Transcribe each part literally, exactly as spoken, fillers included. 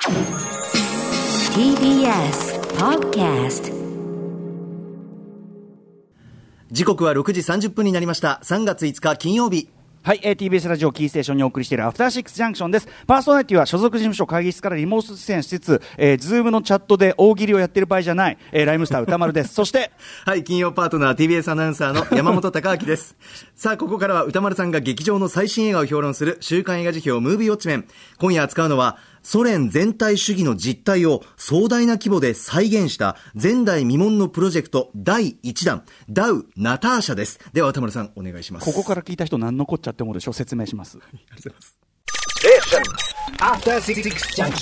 ティービーエス Podcast。 時刻はろくじさんじゅっぷんになりました。さんがついつか金曜日。 はい、えー、ティービーエス ラジオキーステーションにお送りしているアフターシックスジャンクションです。パーソナリティは所属事務所会議室からリモート出演しつつ、えー、ズームのチャットで大喜利をやってる場合じゃない、えー、ライムスター歌丸です。そしてはい、金曜パートナー ティービーエス アナウンサーの山本貴明です。さあ、ここからは歌丸さんが劇場の最新映画を評論する週刊映画辞表ムービーウォッチメン。今夜扱うのはソ連全体主義の実態を壮大な規模で再現した前代未聞のプロジェクトだいいちだん、ダウ・ナターシャです。では歌丸さんお願いします。 ここから聞いた人何のこっちゃって思うでしょう。説明します。 ありがとうございます。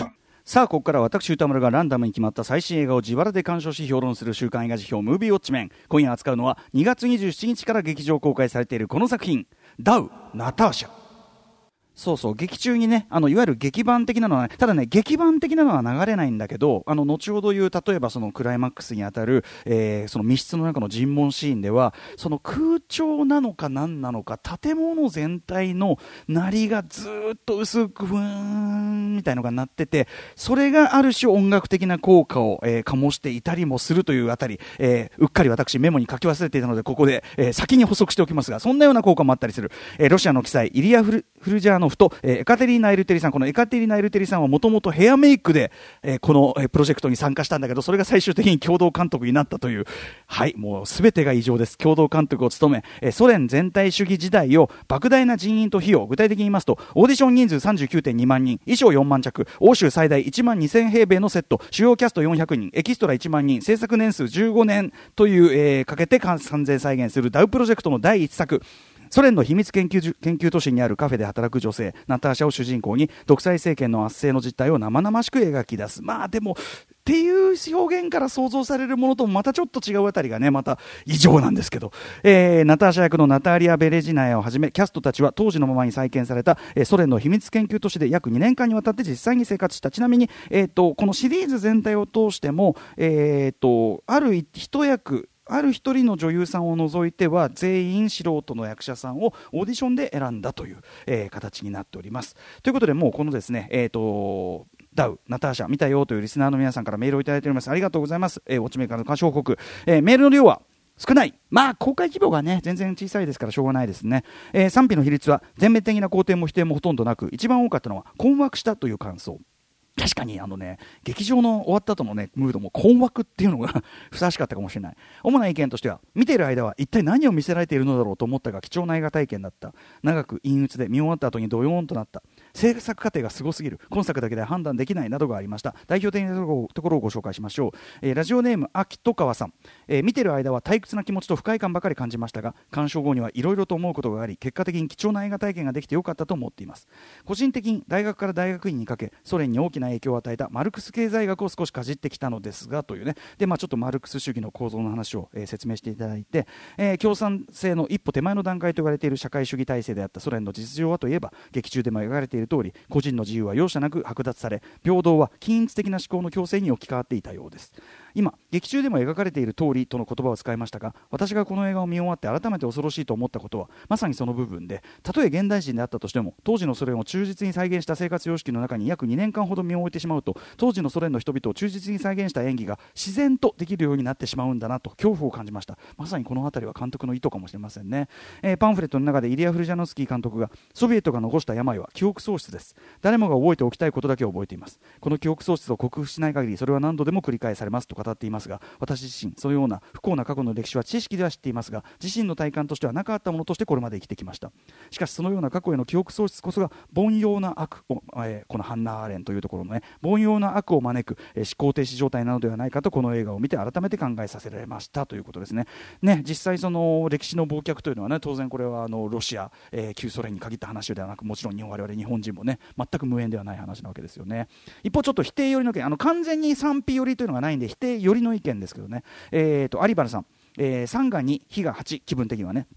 さあ、ここから私歌丸がランダムに決まった最新映画を自腹で鑑賞し評論する週刊映画辞表ムービーウォッチメン。今夜扱うのはにがつにじゅうしちにちから劇場公開されているこの作品、ダウ・ナターシャ。そうそう、劇中にね、あのいわゆる劇版的なのは、ね、ただね、劇版的なのは流れないんだけど、あの後ほど言う、例えばそのクライマックスにあたる、えー、その密室の中の尋問シーンでは、その空調なのか何なのか、建物全体の鳴りがずっと薄くふーんみたいのが鳴ってて、それがある種音楽的な効果を、えー、醸していたりもするというあたり、えー、うっかり私メモに書き忘れていたので、ここで、えー、先に補足しておきますが、そんなような効果もあったりする。えー、ロシアの記載イリア・フル、フルジャーノフと、えー、エカテリーナ・エルテリさん、このエカテリーナ・エルテリさんはもともとヘアメイクで、えー、この、えー、プロジェクトに参加したんだけど、それが最終的に共同監督になったという、はい、もうすべてが異常です。共同監督を務め、えー、ソ連全体主義時代を莫大な人員と費用、具体的に言いますと、オーディション人数 さんじゅうきゅうてんにまんにん、衣装よんまんちゃく、欧州最大いちまんにせんへいべいのセット、主要キャストよんひゃくにん、エキストラいちまんにん、制作年数じゅうごねんという、えー、かけて完全再現するダウプロジェクトのだいいちさく。ソ連の秘密研究、研究都市にあるカフェで働く女性ナターシャを主人公に、独裁政権の圧政の実態を生々しく描き出す。まあでもっていう表現から想像されるものともまたちょっと違うあたりがね、また異常なんですけど、えー、ナターシャ役のナターリア・ベレジナヤをはじめキャストたちは当時のままに再建された、えー、ソ連の秘密研究都市で約にねんかんにわたって実際に生活した。ちなみに、えー、とこのシリーズ全体を通しても、えー、とある一役ある一人の女優さんを除いては全員素人の役者さんをオーディションで選んだという、えー、形になっております。ということで、もうこのですね、えーとダウ、ナターシャ見たよというリスナーの皆さんからメールをいただいております。ありがとうございます。えー、ウォッチメーカーの鑑賞報告、えー、メールの量は少ない。まあ公開規模がね全然小さいですからしょうがないですね。えー、賛否の比率は全面的な肯定も否定もほとんどなく、一番多かったのは困惑したという感想。確かにあのね、劇場の終わった後のねムードも困惑っていうのがふさわしかったかもしれない。主な意見としては、見ている間は一体何を見せられているのだろうと思ったが貴重な映画体験だった。長く陰鬱で見終わった後にドヨーンとなった。制作過程がすごすぎる。今作だけで判断できないなどがありました。代表的なところをご紹介しましょう。えー、ラジオネーム秋戸川さん、えー、見ている間は退屈な気持ちと不快感ばかり感じましたが、鑑賞後にはいろいろと思うことがあり、結果的に貴重な映画体験ができてよかったと思っています。個人的に大学から大学院にかけソ連に大きな影響を与えたマルクス経済学を少しかじってきたのですがというね。で、まあ、ちょっとマルクス主義の構造の話を、えー、説明していただいて、えー、共産制の一歩手前の段階と言われている社会主義体制であったソ連の実情はといえば、劇中でも描かれている通り、個人の自由は容赦なく剥奪され、平等は均一的な思考の強制に置き換わっていたようです。今劇中でも描かれている通りとの言葉を使いましたが、私がこの映画を見終わって改めて恐ろしいと思ったことはまさにその部分で、たとえ現代人であったとしても当時のソ連を忠実に再現した生活様式の中に約にねんかんほど身を置いてしまうと、当時のソ連の人々を忠実に再現した演技が自然とできるようになってしまうんだなと恐怖を感じました。まさにこの辺りは監督の意図かもしれませんね。えー、パンフレットの中でイリア・フルジャノスキー監督が、ソビエトが残した病は記憶喪失です。誰もが覚えておきたいことだけを覚えています。この記憶喪失を克服しない限りそれは何度でも繰り返されますと語っていますが、私自身そのような不幸な過去の歴史は知識では知っていますが、自身の体感としてはなかったものとしてこれまで生きてきました。しかしそのような過去への記憶喪失こそが凡庸な悪を、えー、このハンナ・アーレンというところのね、凡庸な悪を招く、えー、思考停止状態なのではないかと、この映画を見て改めて考えさせられましたということですね。ね、実際その歴史の忘却というのはね、当然これはあのロシア、えー、旧ソ連に限った話ではなく、もちろん我々日本人もね全く無縁ではない話なわけですよね。一方ちょっと否定寄りの意見、あの完全に賛否寄りというのがないんで否定寄りの意見ですけどね。えーと有原さん、えー、さんがに火がはち、気分的にはね、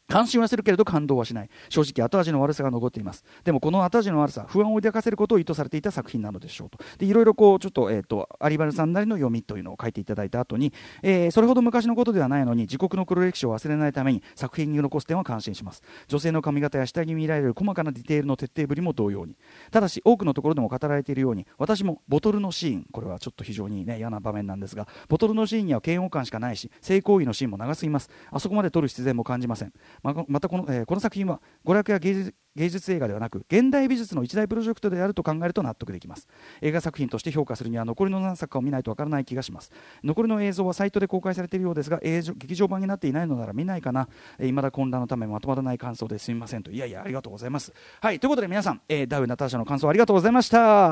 関心はするけれど感動はしない。正直後味の悪さが残っています。でもこの後味の悪さ、不安を抱かせることを意図されていた作品なのでしょうと。でいろいろこうちょっと、えー、とアリバルさんなりの読みというのを書いていただいた後に、えー、それほど昔のことではないのに自国の黒歴史を忘れないために作品に残す点は感心します。女性の髪型や下着に見られる細かなディテールの徹底ぶりも同様に。ただし多くのところでも語られているように、私もボトルのシーン、これはちょっと非常に、ね、嫌な場面なんですが、ボトルのシーンには嫌悪感しかないし、性行為のシーンも長すぎます。あそこまで撮る必然も感じません。ま, またこの、えーこの作品は娯楽や芸術、芸術映画ではなく現代美術の一大プロジェクトであると考えると納得できます。映画作品として評価するには残りの何作かを見ないとわからない気がします。残りの映像はサイトで公開されているようですが、映像劇場版になっていないのなら見ないかな。えー、未だ混乱のためまとまらない感想ですみませんと。いやいやありがとうございます。はい、ということで皆さん、えー、ダウナターシャの感想ありがとうございました。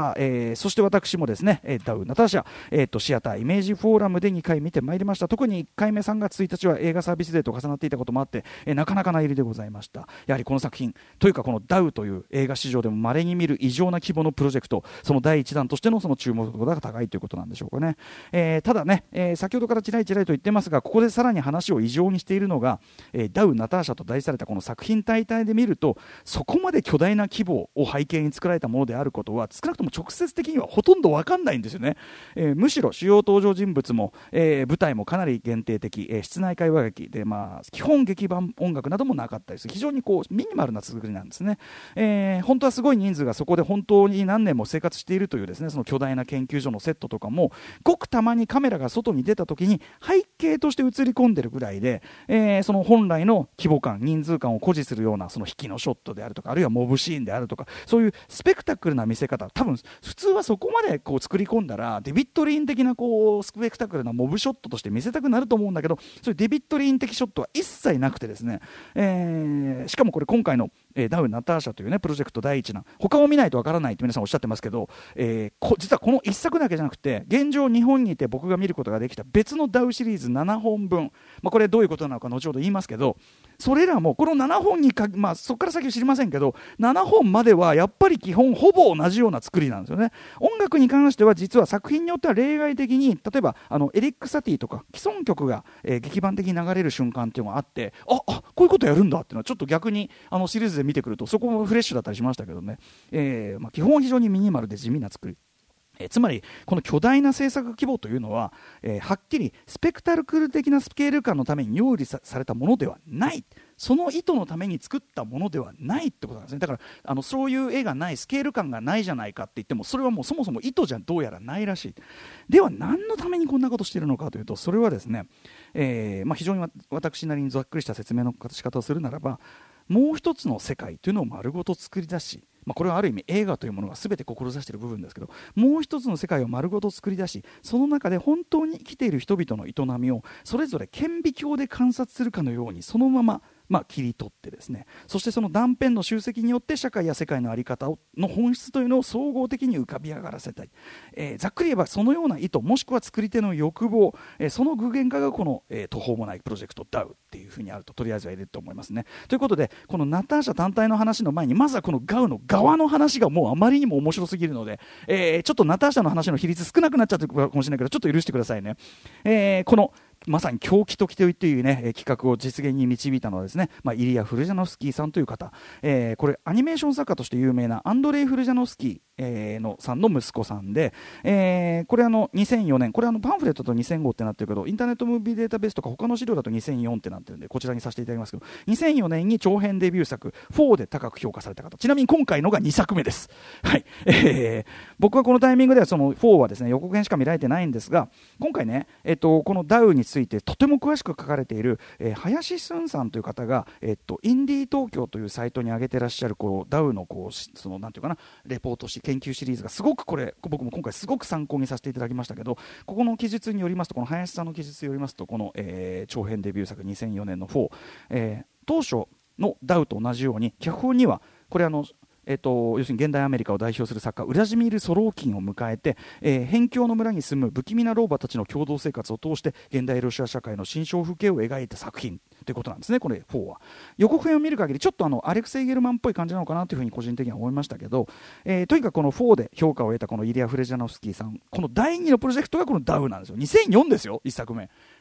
えー、そして私もですね、えー、ダウナターシャ、えー、とシアターイメージフォーラムでにかい見てまいりました。特にいっかいめさんがつついたちは映画サービスデーと重なっていたこともあって、えー、なかなかな入りでございました。やはりこの作品というかこのダウという映画史上でも稀に見る異常な規模のプロジェクト、その第一弾としてのその注目度が高いということなんでしょうかね。えー、ただね、えー、先ほどからちらいちらいと言ってますが、ここでさらに話を異常にしているのが、えー、ダウ・ナターシャと題されたこの作品体体で見ると、そこまで巨大な規模を背景に作られたものであることは少なくとも直接的にはほとんど分かんないんですよね。えー、むしろ主要登場人物も、えー、舞台もかなり限定的、えー、室内会話劇で、まあ、基本劇版音楽などもなかったりする、非常にこうミニマルな作りなんですね。えー、本当はすごい人数がそこで本当に何年も生活しているというですね、その巨大な研究所のセットとかもごくたまにカメラが外に出た時に背景として映り込んでるぐらいで、えー、その本来の規模感、人数感を誇示するようなその引きのショットであるとか、あるいはモブシーンであるとか、そういうスペクタクルな見せ方、多分普通はそこまでこう作り込んだらデビッド・リーン的なこうスペクタクルなモブショットとして見せたくなると思うんだけど、そういうデビッド・リーン的ショットは一切なくてですね、えー、しかもこれ今回の、えー、ダウ・ナターシャというねプロジェクト第一弾、他を見ないとわからないって皆さんおっしゃってますけど、えー、こ実はこの一作だけじゃなくて、現状日本にいて僕が見ることができた別のダウシリーズななほんぶん、まあ、これどういうことなのか後ほど言いますけど、それらもこのななほんにか、まあ、そこから先は知りませんけど、ななほんまではやっぱり基本ほぼ同じような作りなんですよね。音楽に関しては実は作品によっては例外的に、例えばあのエリック・サティとか既存曲が、えー、劇版的に流れる瞬間っていうのがあって、ああこういうことやるんだっていうのはちょっと逆にあのシリーズで見てくるとそこもフレッシュだったりしましたけどね、えーまあ、基本は非常にミニマルで地味な作り、えー、つまりこの巨大な制作規模というのは、えー、はっきりスペクタクル的なスケール感のために用意 さ, されたものではない、その意図のために作ったものではないってことなんですね。だからあのそういう絵がない、スケール感がないじゃないかって言っても、それはもうそもそも意図じゃどうやらないらしい。では何のためにこんなことしているのかというと、それはですね、えーまあ、非常に私なりにざっくりした説明の仕方をするならば、もう一つの世界というのを丸ごと作り出し、まあ、これはある意味映画というものが全て志している部分ですけど、もう一つの世界を丸ごと作り出し、その中で本当に生きている人々の営みをそれぞれ顕微鏡で観察するかのようにそのまままあ、切り取ってですね、そしてその断片の集積によって社会や世界の在り方をの本質というのを総合的に浮かび上がらせたい、えー、ざっくり言えばそのような意図もしくは作り手の欲望、えー、その具現化がこの、えー、途方もないプロジェクトダウっていうふうにあるととりあえずは入れると思いますね。ということでこのナターシャ単体の話の前にまずはこのガウの側の話がもうあまりにも面白すぎるので、えー、ちょっとナターシャの話の比率少なくなっちゃってるかもしれないけどちょっと許してくださいね。えー、このまさに狂気ときという、ね、えー、企画を実現に導いたのはですね、まあ、イリア・フルジャノフスキーさんという方、えー、これアニメーション作家として有名なアンドレイ・フルジャノフスキー、えー、のさんの息子さんで、えー、これあのにせんよねん、これあのパンフレットとにせんごってなってるけどインターネットムービーデータベースとか他の資料だとにせんよんってなってるんでこちらにさせていただきますけど、にせんよねんに長編デビュー作フォーで高く評価された方、ちなみに今回のがにさくめです、はい、えー、僕はこのタイミングではそのフォーはですね予告編しか見られてないんですが、今回ね、えっと、このダウについてとても詳しく書かれている、えー、林駿さんという方が、えっと、インディー東京というサイトに上げてらっしゃるこうダウのこうそのなんていうかなレポートし研究シリーズがすごくこれ僕も今回すごく参考にさせていただきましたけど、ここの記述によりますと、この林さんの記述によりますと、この、えー、長編デビュー作にせんよねんのフォー、えー、当初のダウと同じように脚本にはこれあのえー、と要するに現代アメリカを代表する作家ウラジミール・ソローキンを迎えて、えー、辺境の村に住む不気味な老婆たちの共同生活を通して現代ロシア社会の心象風景を描いた作品ということなんですね。これフォーは予告編を見る限りちょっとあのアレクセイ・ゲルマンっぽい感じなのかなというふうに個人的には思いましたけど、えー、とにかくこのフォーで評価を得たこのイリア・フレジャノフスキーさん、このだいにのプロジェクトがこのダウなんですよ。にせんよんですよいっさくめ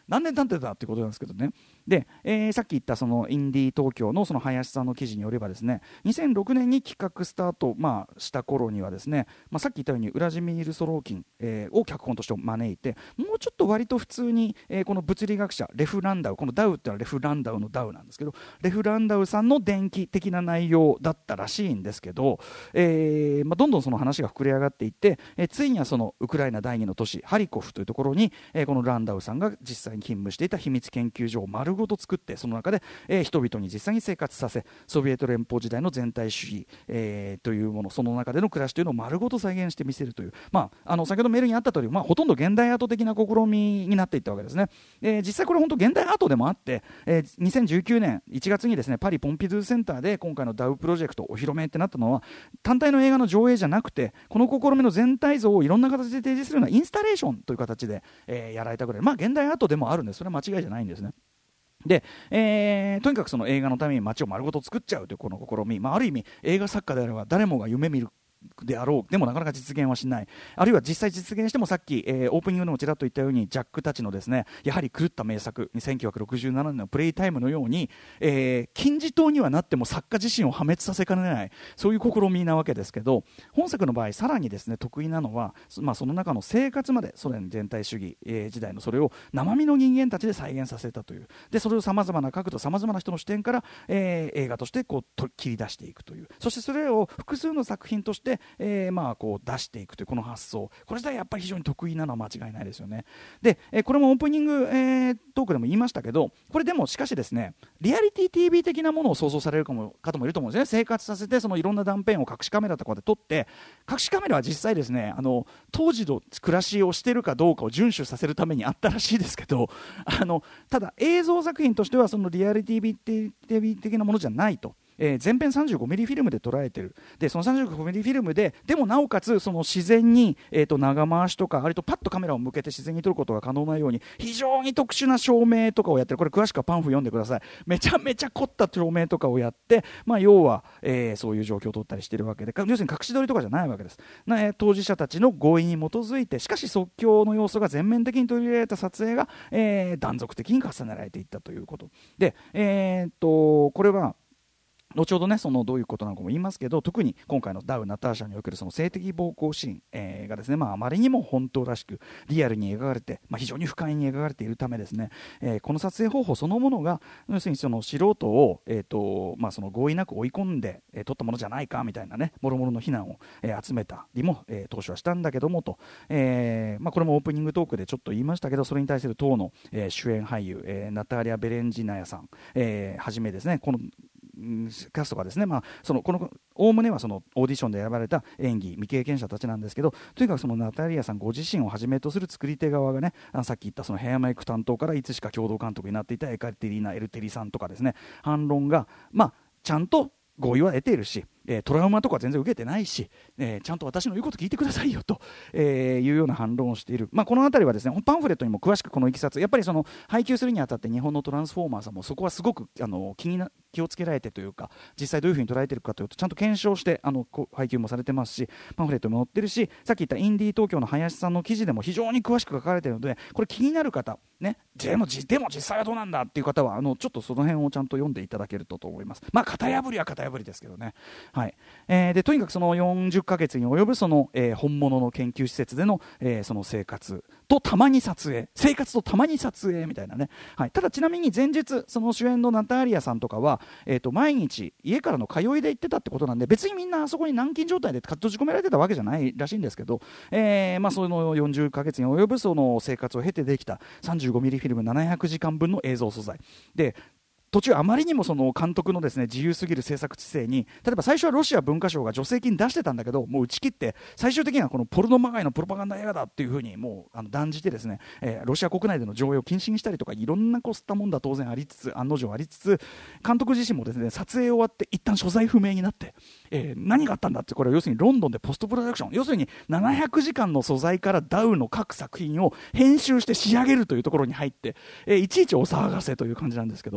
何年経ってたってことなんですけどね。で、えー、さっき言ったそのインディー東京のその林さんの記事によればですね、にせんろくねんに企画スタート、まあ、した頃にはですね、まあ、さっき言ったようにウラジミール・ソローキン、えー、を脚本として招いて、もうちょっと割と普通に、えー、この物理学者レフ・ランダウ、このダウっていうのはレフ・ランダウのダウなんですけど、レフ・ランダウさんの電気的な内容だったらしいんですけど、えーまあ、どんどんその話が膨れ上がっていって、えー、ついにはそのウクライナ第二の都市ハリコフというところに、えー、このランダウさんが実際に勤務していた秘密研究所を丸ごと作って、その中で、えー、人々に実際に生活させ、ソビエト連邦時代の全体主義、えー、というもの、その中での暮らしというのを丸ごと再現してみせるという、まあ、あの先ほどメールにあった通り、まあ、ほとんど現代アート的な試みになっていったわけですね。えー、実際これ本当現代アートでもあって、えー、にせんじゅうきゅうねんいちがつにですね、パリポンピドゥセンターで今回のダウプロジェクトお披露目ってなったのは、単体の映画の上映じゃなくて、この試みの全体像をいろんな形で提示するようなインスタレーションという形で、えー、やられたぐらい、まあ現代アートでもあるんです。それは間違いじゃないんですね。で、えー、とにかくその映画のために街を丸ごと作っちゃうというこの試み、まあ、ある意味映画作家であれば誰もが夢見るであろう、でもなかなか実現はしない、あるいは実際実現してもさっき、えー、オープニングでもちらっと言ったようにジャックたちのですね、やはり狂った名作せんきゅうひゃくろくじゅうななねんのプレイタイムのように、えー、金字塔にはなっても作家自身を破滅させかねない、そういう試みなわけですけど、本作の場合さらにですね得意なのは、まあ、その中の生活までソ連全体主義、えー、時代のそれを生身の人間たちで再現させたという、でそれをさまざまな角度さまざまな人の視点から、えー、映画としてこうと切り出していくという、そしてそれを複数の作品として、えー、まあこう出していくというこの発想、これ自体やっぱり非常に得意なのは間違いないですよね。で、えー、これもオープニング、えー、トークでも言いましたけど、これでもしかしですね、リアリティ ティーブイ 的なものを想像されるかも方もいると思うんですね。生活させて、そのいろんな断片を隠しカメラとかで撮って、隠しカメラは実際ですね、あの当時の暮らしをしてるかどうかを遵守させるためにあったらしいですけど、あのただ映像作品としてはそのリアリティ ティーブイ 的なものじゃないと。えー、全編 さんじゅうごミリ フィルムで捉えてる。でその さんじゅうごミリ フィルムででもなおかつその自然に、えー、と長回しとか割とパッとカメラを向けて自然に撮ることが可能なように非常に特殊な照明とかをやってる。これ詳しくはパンフ読んでください。めちゃめちゃ凝った照明とかをやって、まあ、要は、えー、そういう状況を撮ったりしてるわけで、要するに隠し撮りとかじゃないわけです、ね、当事者たちの合意に基づいて、しかし即興の要素が全面的に取り入れられた撮影が、えー、断続的に重ねられていったということで、えー、っとこれは後ほどね、そのどういうことなのかも言いますけど、特に今回のダウ・ナターシャにおけるその性的暴行シーン、えー、がですね、まあ、あまりにも本当らしくリアルに描かれて、まあ、非常に不快に描かれているためですね、えー、この撮影方法そのものが要するにその素人を、えーとまあ、その合意なく追い込んで、えー、撮ったものじゃないかみたいなね、もろもろの非難を、えー、集めたりも、えー、当初はしたんだけどもと、えーまあ、これもオープニングトークでちょっと言いましたけど、それに対する当の、えー、主演俳優、えー、ナターリア・ベレンジナヤさん、えー、はじめですね、このキャストがですね、まあ、そのこのおおむねはそのオーディションで選ばれた演技未経験者たちなんですけど、とにかくそのナタリアさんご自身をはじめとする作り手側がね、あのさっき言ったそのヘアメイク担当からいつしか共同監督になっていたエカテリーナ・エルテリさんとかですね、反論が、まあ、ちゃんと合意は得ているし、えー、トラウマとか全然受けてないし、えー、ちゃんと私の言うこと聞いてくださいよと、えー、いうような反論をしている、まあ、このあたりはですねパンフレットにも詳しくこのいきさつ、やっぱりその配給するにあたって日本のトランスフォーマーさんもそこはすごくあの 気にな気をつけられてというか、実際どういうふうに捉えているかというとちゃんと検証してあの配給もされてますし、パンフレットも載ってるし、さっき言ったインディー東京の林さんの記事でも非常に詳しく書かれているので、これ気になる方ね、でも、でも実際はどうなんだっていう方はあのちょっとその辺をちゃんと読んでいただけるとと思います。まあ型破りは型破りですけどね、はい、えー、でとにかくそのよんじゅっかげつに及ぶその、えー、本物の研究施設での、えー、その生活とたまに撮影、生活とたまに撮影みたいなね、はい、ただちなみに前日その主演のナターリアさんとかは、えー、と毎日家からの通いで行ってたってことなんで、別にみんなあそこに軟禁状態で閉じ込められてたわけじゃないらしいんですけど、えーまあ、そのよんじゅっかげつに及ぶその生活を経てできた さんじゅうごミリ フィルムななひゃくじかんぶんの映像素材で、途中あまりにもその監督のですね自由すぎる制作知性に、例えば最初はロシア文化省が助成金出してたんだけど、もう打ち切って最終的にはこのポルノまがいのプロパガンダ映画だっていう風にもうあの断じてですね、えー、ロシア国内での上映を禁止にしたりとか、いろんなこう吸ったもんだ当然ありつつ、案の定ありつつ、監督自身もですね撮影終わって一旦所在不明になって、えー、何があったんだって、これは要するにロンドンでポストプロダクション、要するにななひゃくじかんの素材からダウの各作品を編集して仕上げるというところに入って、えー、いちいちお騒がせという感じなんですけど、で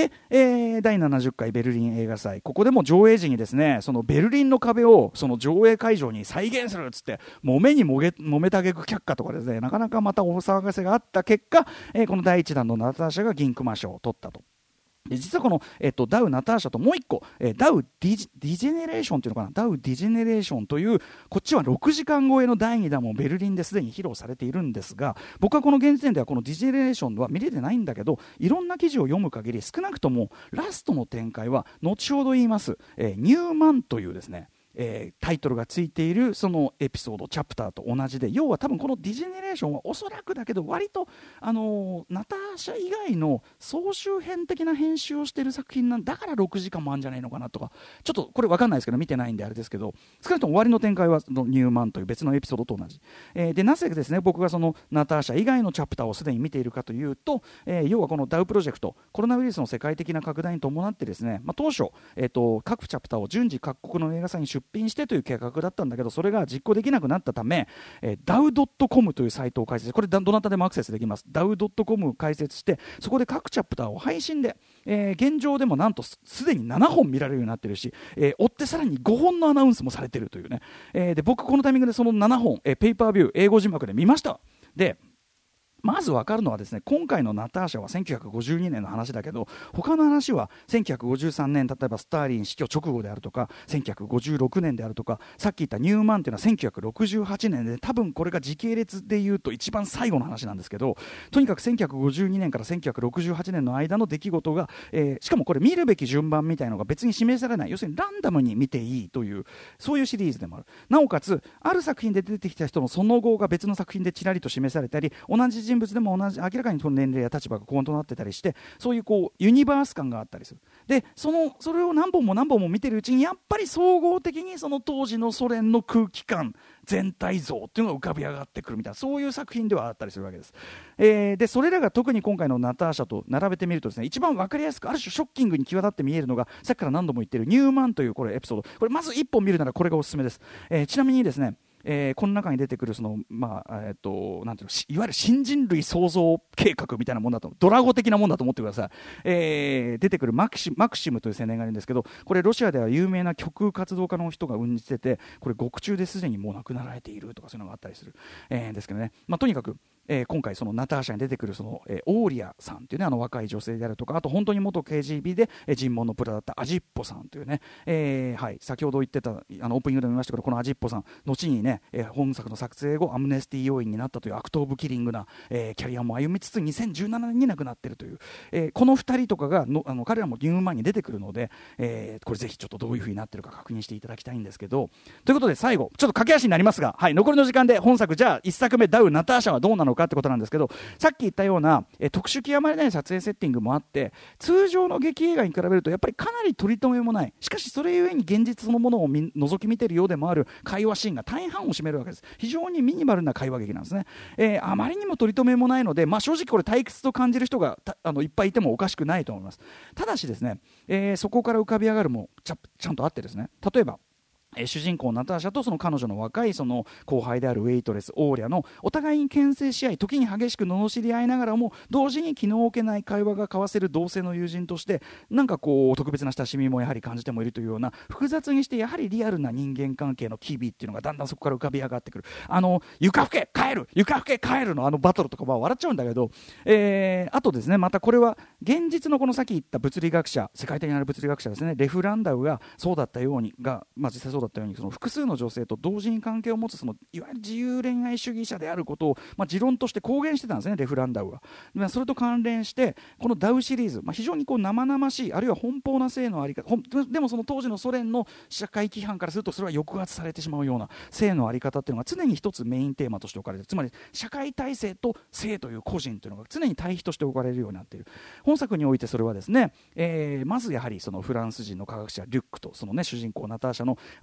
で、えー、だいななじゅっかいベルリン映画祭、ここでも上映時にですね、そのベルリンの壁をその上映会場に再現するっつって揉めに揉め揉めたげく却下とかですね、なかなかまたお騒がせがあった結果、えー、このだいいちだんのナターシャが銀熊賞を取ったと。で実はこの、えっと、ダウ・ナターシャともう一個、えー、ダウディジ・ディジェネレーションというのかな、ダウ・ディジェネレーションというこっちはろくじかん超えのだいにだんもベルリンですでに披露されているんですが、僕はこの現時点ではこのディジェネレーションは見れてないんだけど、いろんな記事を読む限り少なくともラストの展開は後ほど言います、えー、ニューマンというですね、えー、タイトルがついているそのエピソードチャプターと同じで、要は多分このディジェネレーションはおそらくだけど割と、あのー、ナターシャ以外の総集編的な編集をしている作品なんだからろくじかんもあるんじゃないのかなとか、ちょっとこれ分かんないですけど見てないんであれですけど、少なくとも終わりの展開はのニューマンという別のエピソードと同じ、えー、でなぜですね僕がそのナターシャ以外のチャプターをすでに見ているかというと、えー、要はこのダウプロジェクト、コロナウイルスの世界的な拡大に伴ってですね、まあ、当初、えーと、各チャプターを順次各国の映画祭に出品してという計画だったんだけど、それが実行できなくなったため、えー、ダウドットコム というサイトを開設、これどなたでもアクセスできます。ダウドットコム を開設して、そこで各チャプターを配信で、えー、現状でもなんとすでにななほん見られるようになっているし、えー、追ってさらにごほんのアナウンスもされているというね、えー、で僕このタイミングでそのななほん、えー、ペーパービュー英語字幕で見ました。でまず分かるのはですね、今回のナターシャはせんきゅうひゃくごじゅうにねんの話だけど、他の話はせんきゅうひゃくごじゅうさんねん、例えばスターリン死去直後であるとかせんきゅうひゃくごじゅうろくねんであるとか、さっき言ったニューマンというのはせんきゅうひゃくろくじゅうはちねんで、多分これが時系列でいうと一番最後の話なんですけど、とにかくせんきゅうひゃくごじゅうにねんからせんきゅうひゃくろくじゅうはちねんの間の出来事が、えー、しかもこれ見るべき順番みたいなのが別に示されない、要するにランダムに見ていいという、そういうシリーズでもある。なおかつある作品で出てきた人のその後が別の作品でちらりと示されたり、同じ人物でも同じ明らかにその年齢や立場がこうとなってたりして、そういうこうユニバース感があったりする。でそのそれを何本も何本も見てるうちにやっぱり総合的にその当時のソ連の空気感全体像っていうのが浮かび上がってくるみたいな、そういう作品ではあったりするわけです。えー、でそれらが特に今回のナターシャと並べてみるとですね、一番分かりやすくある種ショッキングに際立って見えるのが、さっきから何度も言っているニューマンというこれエピソード、これまずいっぽん見るならこれがおすすめです。えー、ちなみにですね、えー、この中に出てくるその、まあえー、となんていうの、いわゆる新人類創造計画みたいなもんだと、ドラゴ的なもんだと思ってください。えー、出てくるマクシ、マクシムという青年がいるんですけど、これロシアでは有名な極右活動家の人が運じてて、これ獄中ですでにもう亡くなられているとかそういうのがあったりする、えー、ですけどね、まあ、とにかくえー、今回そのナターシャに出てくるその、えー、オーリアさんというね、あの若い女性であるとか、あと本当に元 ケージービー で、えー、尋問のプラだったアジッポさんというね、えーはい、先ほど言ってたあのオープニングでも見ましたけど、このアジッポさん後にね、えー、本作の作成後アムネスティ要員になったという悪党部キリングな、えー、キャリアも歩みつつにせんじゅうななねんに亡くなっているという、えー、このふたりとかがのあの彼らもニューマンに出てくるので、えー、これぜひちょっとどういう風になっているか確認していただきたいんですけど、ということで最後ちょっと駆け足になりますが、はい、残りの時間で本作じゃあいっさくめダウナターシャはどうなのかってことなんですけど、さっき言ったような、え特殊極まりない撮影セッティングもあって、通常の劇映画に比べるとやっぱりかなり取り留めもない、しかしそれゆえに現実そのものを見覗き見ているようでもある会話シーンが大半を占めるわけです。非常にミニマルな会話劇なんですね。えー、あまりにも取り留めもないので、まあ、正直これ退屈と感じる人があのいっぱいいてもおかしくないと思います。ただしですね、えー、そこから浮かび上がるもちゃ、ちゃんとあってですね、例えばえー、主人公ナターシャとその彼女の若いその後輩であるウェイトレスオーリャのお互いに牽制し合い、時に激しく罵り合いながらも同時に気の置けない会話が交わせる同性の友人として、なんかこう特別な親しみもやはり感じてもいるというような、複雑にしてやはりリアルな人間関係の機微っていうのがだんだんそこから浮かび上がってくる。あの床吹け帰る床吹け帰るのあのバトルとかは笑っちゃうんだけど、えー、あとですね、またこれは現実のこのさっき言った物理学者、世界的な物理学者ですね、レフ・ランダウがそうだったようにが、まあ、実際そうだったようにその複数の女性と同時に関係を持つそのいわゆる自由恋愛主義者であることを、まあ、持論として公言してたんですね、レフ・ランダウは。まあ、それと関連してこのダウシリーズ、まあ、非常にこう生々しいあるいは奔放な性のあり方、でもその当時のソ連の社会規範からするとそれは抑圧されてしまうような性のあり方っていうのが常に一つメインテーマとして置かれている。つまり社会体制と性という個人というのが常に対比として置かれるようになっている。本作においてそれはですね、えー、まずやはりそのフランス人の科学者リュックとその、ね、主人公ナターシャの、あ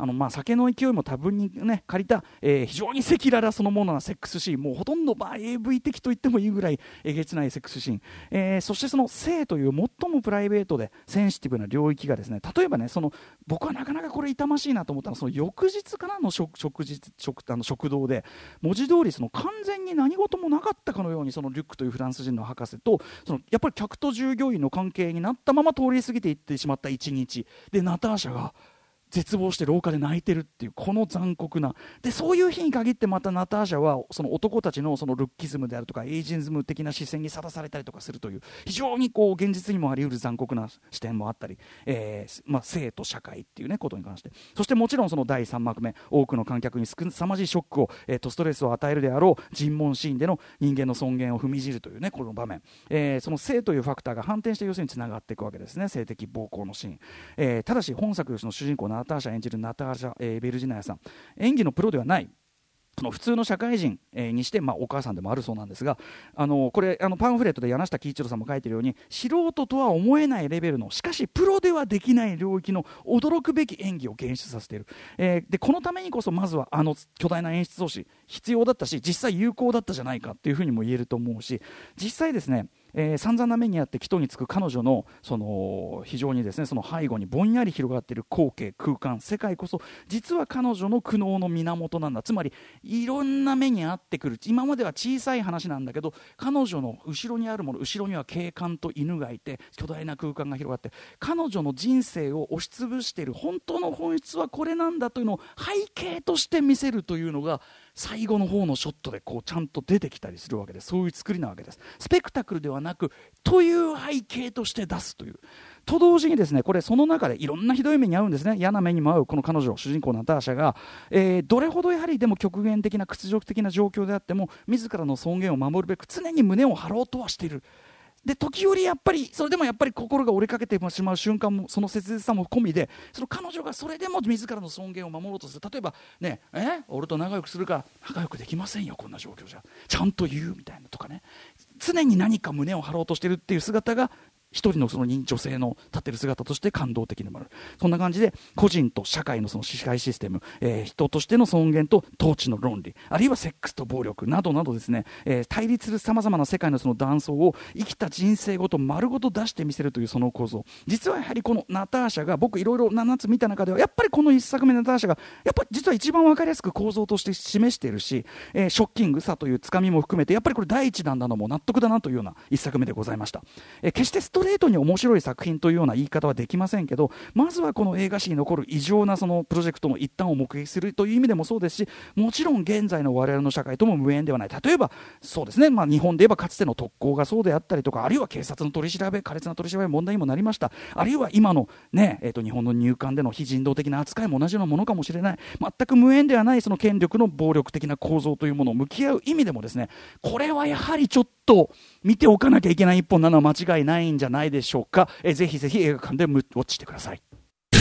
のまあ酒の勢いも多分に、ね、借りた、えー、非常に赤裸々そのものなセックスシーン、もうほとんどまあ エーブイ 的と言ってもいいぐらいえげつないセックスシーン、えー、そしてその性という最もプライベートでセンシティブな領域がですね、例えばね、その僕はなかなかこれ痛ましいなと思ったのは、その翌日からの 食, 食, 食, あの食堂で文字通りその完全に何事もなかったかのように、そのリュックというフランス人の博士とそのやっぱり客と従業員の関係になったまま通り過ぎていってしまった一日で、ナターシャが絶望して廊下で泣いてるっていうこの残酷なで、そういう日に限ってまたナターシャはその男たちのそのルッキズムであるとかエイジズム的な視線にさらされたりとかするという非常にこう現実にもあり得る残酷な視点もあったり、えーまあ、性と社会っていう、ね、ことに関して、そしてもちろんそのだいさん幕目、多くの観客にすさまじいショックを、えー、とストレスを与えるであろう尋問シーンでの人間の尊厳を踏みじるという、ね、この場面、えー、その性というファクターが反転して要するにつながっていくわけですね、性的暴行のシーン、えー、ただし本作の主人公ナターシャ演じるナターシャ、えー、ベルジナヤさん、演技のプロではないその普通の社会人、えー、にして、まあ、お母さんでもあるそうなんですが、あのこれあのパンフレットで柳下喜一郎さんも書いているように、素人とは思えないレベルの、しかしプロではできない領域の驚くべき演技を現出させている、えー、でこのためにこそまずはあの巨大な演出装置必要だったし、実際有効だったじゃないかっていうふうにも言えると思うし、実際ですね、えー、散々な目にあって帰途につく彼女の、その非常にですね、その背後にぼんやり広がっている光景、空間、世界こそ実は彼女の苦悩の源なんだ。つまりいろんな目にあってくる、今までは小さい話なんだけど、彼女の後ろにあるもの、後ろには警官と犬がいて巨大な空間が広がって、彼女の人生を押しつぶしている本当の本質はこれなんだというのを背景として見せるというのが最後の方のショットでこうちゃんと出てきたりするわけです。そういう作りなわけです。スペクタクルではなくという背景として出すというと同時にですね、これその中でいろんなひどい目に遭うんですね。嫌な目にも遭うこの彼女、主人公ナターシャが、えー、どれほどやはりでも極限的な屈辱的な状況であっても自らの尊厳を守るべく常に胸を張ろうとはしている。で時折やっぱりそれでもやっぱり心が折れかけてしまう瞬間も、その切実さも込みで、その彼女がそれでも自らの尊厳を守ろうとする。例えばね、え俺と仲良くするか、仲良くできませんよこんな状況じゃ、ちゃんと言うみたいなとかね、常に何か胸を張ろうとしているっていう姿が一人のその女性の立っている姿として感動的にもある。そんな感じで個人と社会のその支配システム、えー、人としての尊厳と統治の論理、あるいはセックスと暴力などなどですね、えー、対立するさまざまな世界のその断層を生きた人生ごと丸ごと出してみせるというその構造、実はやはりこのナターシャが、僕いろいろななつ見た中ではやっぱりこのいっさくめのナターシャがやっぱり実は一番分かりやすく構造として示しているし、えー、ショッキングさというつかみも含めてやっぱりこれ第一弾なのも納得だなというようないっさくめでございました。えー、決してストレートに面白い作品というような言い方はできませんけど、まずはこの映画史に残る異常なそのプロジェクトの一端を目撃するという意味でもそうですし、もちろん現在の我々の社会とも無縁ではない。例えばそうですね、まあ、日本で言えばかつての特攻がそうであったりとか、あるいは警察の取り調べ、苛烈な取り調べ問題にもなりました。あるいは今の、ねえー、と日本の入管での非人道的な扱いも同じようなものかもしれない。全く無縁ではないその権力の暴力的な構造というものを向き合う意味でもですね、これはやはりちょっと見ておかなきゃいけない一本なのは間違いないんじゃないでしょうか。えぜひぜひ映画館でウォッチしてください。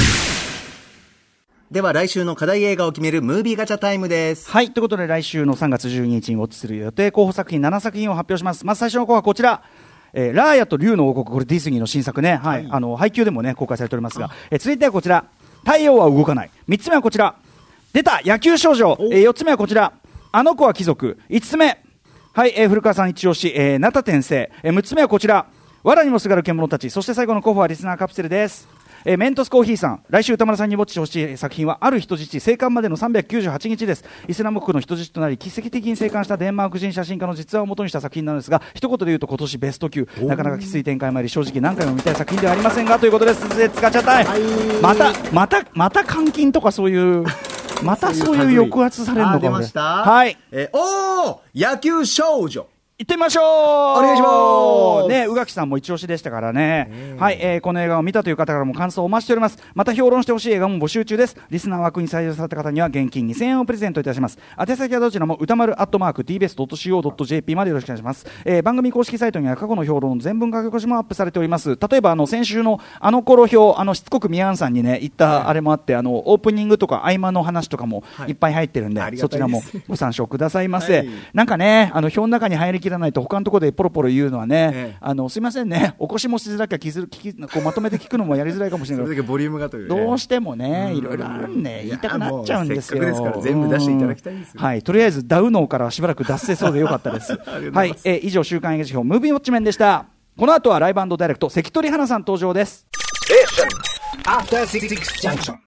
では来週の課題映画を決めるムービーガチャタイムです。 はい、ということで来週のさんがつじゅうににちにウォッチする予定候補作品ななさくひんを発表します。まず最初の候補はこちら、えー、ラーヤと竜の王国、これディズニーの新作ね、はい、はい、あの配給でもね公開されておりますが、えー、続いてはこちら、太陽は動かない。みっつめはこちら、出た野球少女。えー、よっつめはこちら、あの子は貴族。いつつめ、はい、えー、古川さん一押し、えー、ナタ転生。えー、むっつめはこちら、藁にもすがる獣たち。そして最後の候補はリスナーカプセルです。えー、メントスコーヒーさん、来週歌丸さんにウォッチしてほしい作品はある人質、生還までのさんびゃくきゅうじゅうはちにちです。イスラム国の人質となり奇跡的に生還したデンマーク人写真家の実話を元にした作品なのですが、一言で言うと今年ベスト級、なかなかきつい展開もあり正直何回も見たい作品ではありませんがということです。レッツガチャタイム。またまたまた監禁とかそういうまたそういう抑圧されるのかも。 出ました。 はい、 えー、おー野球少女行ってみましょう。 お願いしますね、宇垣さんも一押しでしたからね。はい、えー、この映画を見たという方からも感想をお待ちしております。また評論してほしい映画も募集中です。リスナー枠に採用された方には現金にせんえんをプレゼントいたします。宛先はどちらも歌丸アットマーク ティービーエスドットシーオードットジェーピー までよろしくお願いします。えー、番組公式サイトには過去の評論の全文書き起こしもアップされております。例えばあの先週のあの頃表、あのしつこく宮安さんにね言ったあれもあって、あのオープニングとか合間の話とかもいっぱい入ってるんで、はい、そちらもご参照くださいませ。はい、なんかね、あの表の中に入りき切らないと他のところでポロポロ言うのはね、 ええ、 あのすいませんね、起こしもしづらきゃ聞き聞きこうまとめて聞くのもやりづらいかもしれないけど、 それだけボリュームがという、ね、 どうしてもね、いろいろあるんで言いたくなっちゃうんですよ。 せっかくですから全部出していただきたいんですよ。 はい、とりあえずダウノーからはしばらく脱せそうでよかったです。はい、えー、以上週刊映画辞表ムービーウォッチメンでした。この後はライブ&ダイレクト関取花さん登場です。 After Six Junction